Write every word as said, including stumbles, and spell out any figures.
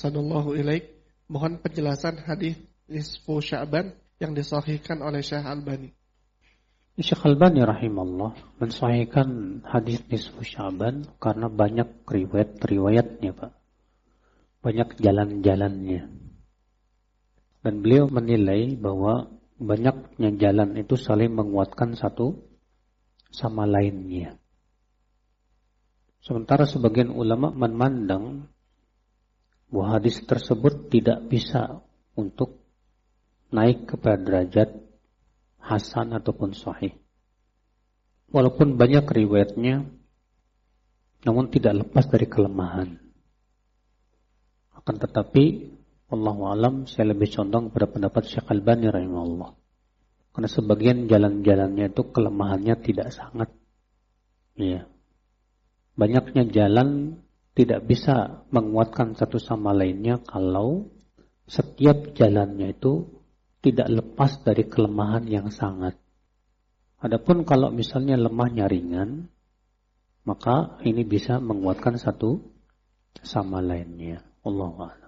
Ahsanallahu ilaik. Mohon penjelasan hadis nisfu Sya'ban yang disahihkan oleh Syekh Albani. Syekh Albani rahimahullah mensahihkan hadis nisfu Sya'ban karena banyak riwayat-riwayatnya, Pak. Banyak jalan-jalannya. Dan beliau menilai bahwa banyaknya jalan itu saling menguatkan satu sama lainnya. Sementara sebagian ulama memandang bahwa hadis tersebut tidak bisa untuk naik kepada derajat hasan ataupun sahih. Walaupun banyak riwayatnya, namun tidak lepas dari kelemahan. Akan tetapi, wallahu alam, saya lebih condong pada pendapat Syekh Albani rahimahullah. Karena sebagian jalan-jalannya itu kelemahannya tidak sangat. Ya. Banyaknya jalan tidak bisa menguatkan satu sama lainnya kalau setiap jalannya itu tidak lepas dari kelemahan yang sangat. Adapun kalau misalnya lemahnya ringan, maka ini bisa menguatkan satu sama lainnya. Allahu a'lam.